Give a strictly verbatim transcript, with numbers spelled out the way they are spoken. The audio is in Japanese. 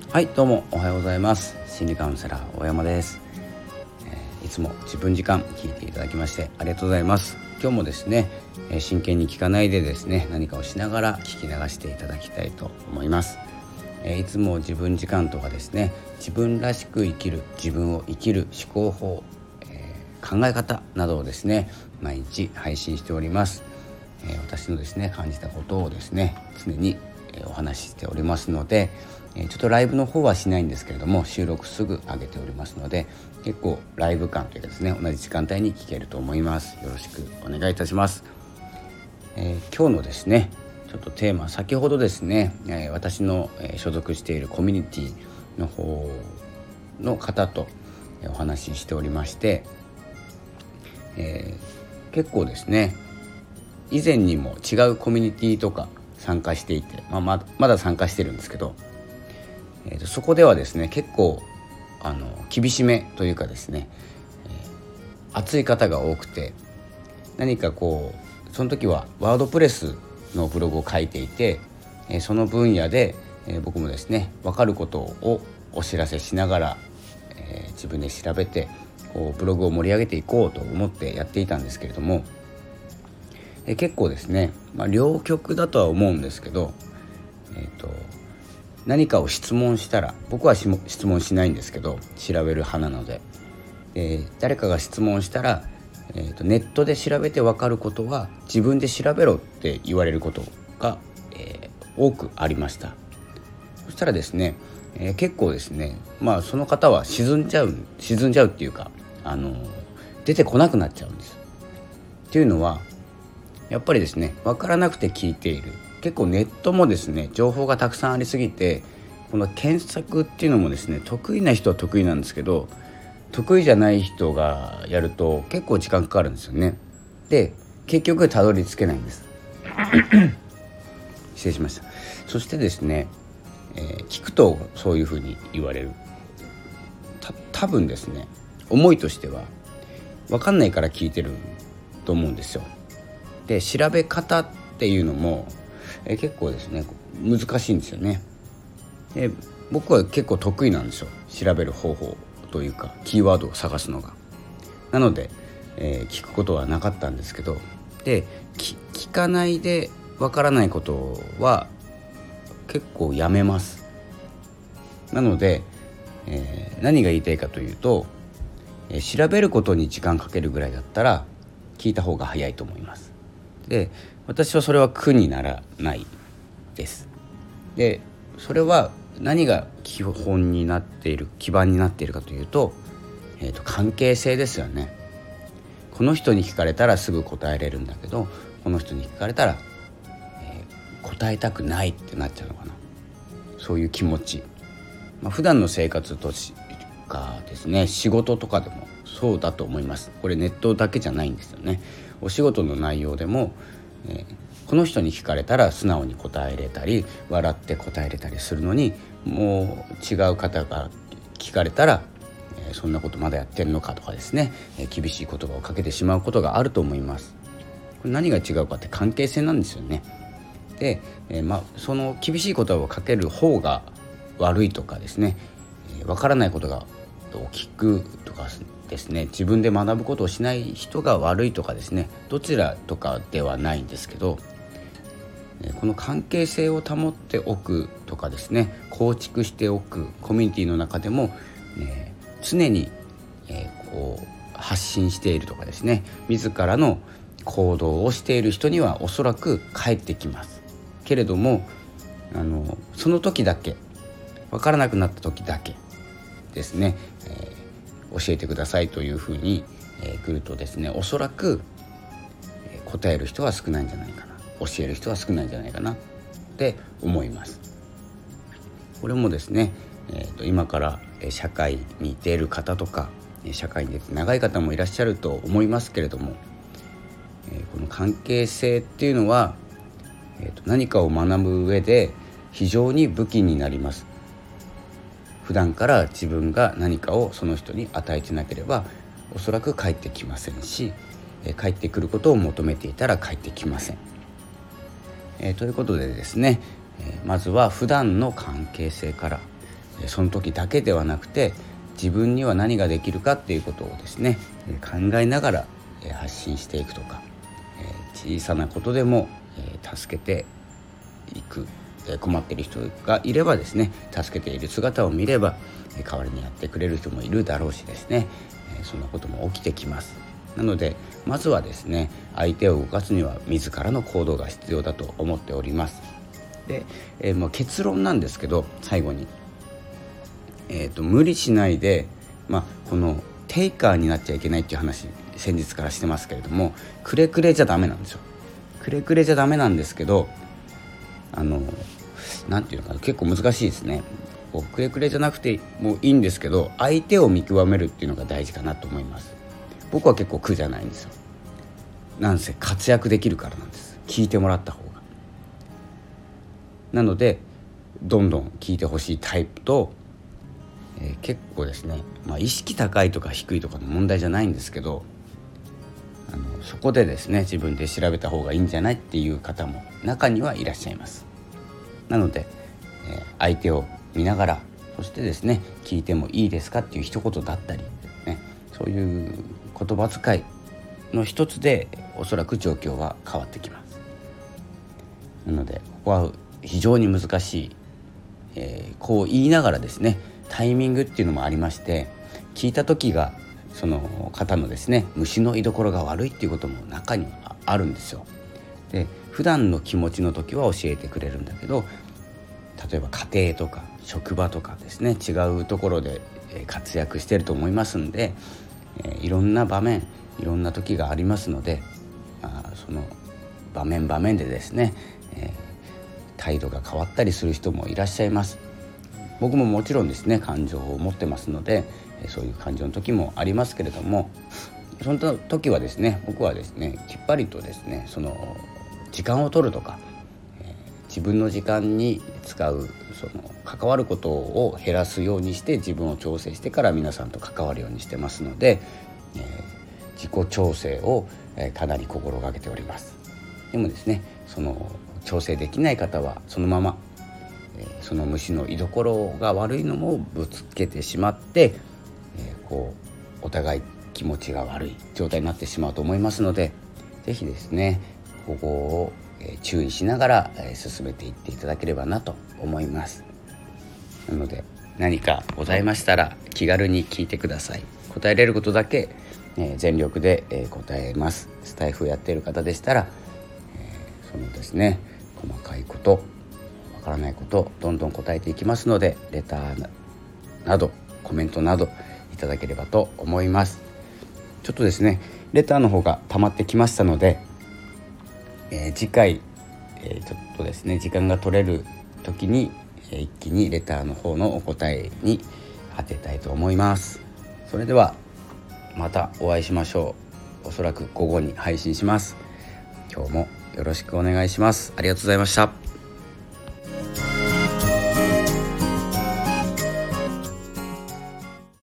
はい、どうもおはようございます。心理カウンセラー大山です。えー、いつも自分時間聞いていただきましてありがとうございます。今日もですね、えー、真剣に聞かないでですね、何かをしながら聞き流していただきたいと思います。えー、いつも自分時間とかですね、自分らしく生きる、自分を生きる思考法、えー、考え方などをですね、毎日配信しております。えー、私のですね、感じたことをですね、常にお話ししておりますので、ちょっとライブの方はしないんですけれども、収録すぐ上げておりますので、結構ライブ感というかですね、同じ時間帯に聞けると思います。よろしくお願いいたします。えー、今日のですねちょっとテーマ、先ほどですね、えー、私の所属しているコミュニティの方の方とお話ししておりまして、えー、結構ですね、以前にも違うコミュニティとか参加していて、まあ、ま, まだ参加してるんですけど、えー、とそこではですね、結構あの厳しめというかですね、えー、熱い方が多くて、何かこうその時はワードプレスのブログを書いていて、えー、その分野で、えー、僕もですね、分かることをお知らせしながら、えー、自分で調べてこうブログを盛り上げていこうと思ってやっていたんですけれども、えー、結構ですね、まあ、両極だとは思うんですけど、えーと何かを質問したら、僕は質問しないんですけど、調べる派なので、えー、誰かが質問したら、えーと、ネットで調べて分かることは自分で調べろって言われることが、えー、多くありました。そしたらですね、えー、結構ですね、まあその方は沈んじゃう沈んじゃうっていうか、あのー、出てこなくなっちゃうんです。っていうのは、やっぱりですね、分からなくて聞いている。結構ネットもですね、情報がたくさんありすぎて、この検索っていうのもですね、得意な人は得意なんですけど、得意じゃない人がやると結構時間かかるんですよね。で、結局たどり着けないんです失礼しました。そしてですね、えー、聞くとそういうふうに言われる。た多分ですね、思いとしては分かんないから聞いてると思うんですよ。で、調べ方っていうのもえ結構ですね、難しいんですよね。で、僕は結構得意なんですよ、調べる方法というかキーワードを探すのが。なので、えー、聞くことはなかったんですけど、で聞かないでわからないことは結構やめます。なので、えー、何が言いたいかというと、えー、調べることに時間かけるぐらいだったら聞いた方が早いと思います。で、私はそれは苦にならないです。で、それは何が基本になっている、基盤になっているかというと、えーと、関係性ですよね。この人に聞かれたらすぐ答えれるんだけど、この人に聞かれたら、えー、答えたくないってなっちゃうのかな。そういう気持ち、まあ、普段の生活とかですね、仕事とかでもそうだと思います。これネットだけじゃないんですよね。お仕事の内容でも、えー、この人に聞かれたら素直に答えれたり、笑って答えれたりするのに、もう違う方が聞かれたら、えー、そんなことまだやってるのかとかですね、えー、厳しい言葉をかけてしまうことがあると思います。これ何が違うかって関係性なんですよね。で、えーまあ、その厳しい言葉をかける方が悪いとかですね、えー、分からないことがを聞くとかですね、自分で学ぶことをしない人が悪いとかですね、どちらとかではないんですけど、この関係性を保っておくとかですね、構築しておくコミュニティの中でも、ね、常に、えー、こう発信しているとかですね、自らの行動をしている人にはおそらく返ってきますけれども、あのその時だけ、分からなくなった時だけですね、えー、教えてくださいというふうに、えー、来るとですね、おそらく、えー、答える人は少ないんじゃないかな、教える人は少ないんじゃないかなって思います。これもですね、えー、と今から社会に出る方とか、社会に出て長い方もいらっしゃると思いますけれども、えー、この関係性っていうのは、えー、と何かを学ぶ上で非常に武器になります。普段から自分が何かをその人に与えてなければ、おそらく返ってきませんし、えー、返ってくることを求めていたら返ってきません。えー、ということでですね、えー、まずは普段の関係性から、 その時だけではなくて、自分には何ができるかっていうことをですね考えながら発信していくとか、小さなことでも助けていく、困っている人がいればですね助けている姿を見れば代わりにやってくれる人もいるだろうしですね、そんなことも起きてきます。なのでまずはですね相手を動かすには自らの行動が必要だと思っております。で、えー、まあ結論なんですけど、最後に、えーと、無理しないで、まあ、このテイカーになっちゃいけないっていう話先日からしてますけれども、くれくれじゃダメなんですよ。くれくれじゃダメなんですけど、あのなんていうのかな、結構難しいですね。こうくれくれじゃなくてもいいんですけど、相手を見極めるっていうのが大事かなと思います。僕は結構苦じゃないんですよ。なんせ活躍できるからなんです。聞いてもらった方が。なのでどんどん聞いてほしいタイプと、えー、結構ですね、まあ、意識高いとか低いとかの問題じゃないんですけど、あのそこでですね自分で調べた方がいいんじゃないっていう方も中にはいらっしゃいます。なので、えー、相手を見ながら、そしてですね聞いてもいいですかっていう一言だったり、ね、そういう言葉遣いの一つでおそらく状況は変わってきます。なのでここは非常に難しい、えー、こう言いながらですねタイミングっていうのもありまして、聞いた時がその方のですね虫の居所が悪いっていうことも中にはあるんですよ。で普段の気持ちの時は教えてくれるんだけど、例えば家庭とか職場とかですね違うところで活躍していると思いますんで、えー、いろんな場面いろんな時がありますので、まあ、その場面場面でですね、えー、態度が変わったりする人もいらっしゃいます。僕ももちろんですね感情を持ってますので、そういう感情の時もありますけれども、その時はですね僕はですねきっぱりとですねその時間を取るとか、えー、自分の時間に使うその関わることを減らすようにして自分を調整してから皆さんと関わるようにしてますので、えー、自己調整を、えー、かなり心がけております。でもですねその調整できない方はそのまま、えー、その虫の居所が悪いのもぶつけてしまって、えー、こうお互い気持ちが悪い状態になってしまうと思いますので、ぜひですねここを注意しながら進めていっていただければなと思います。なので何かございましたら気軽に聞いてください。答えれることだけ全力で答えます。スタイフやっている方でしたらそのですね細かいことわからないことどんどん答えていきますので、レターなどコメントなどいただければと思います。ちょっとですねレターの方が溜まってきましたので、えー、次回、えー、ちょっとですね時間が取れる時に、えー、一気にレターの方のお答えに当てたいと思います。それではまたお会いしましょう。おそらく午後に配信します。今日もよろしくお願いします。ありがとうございました。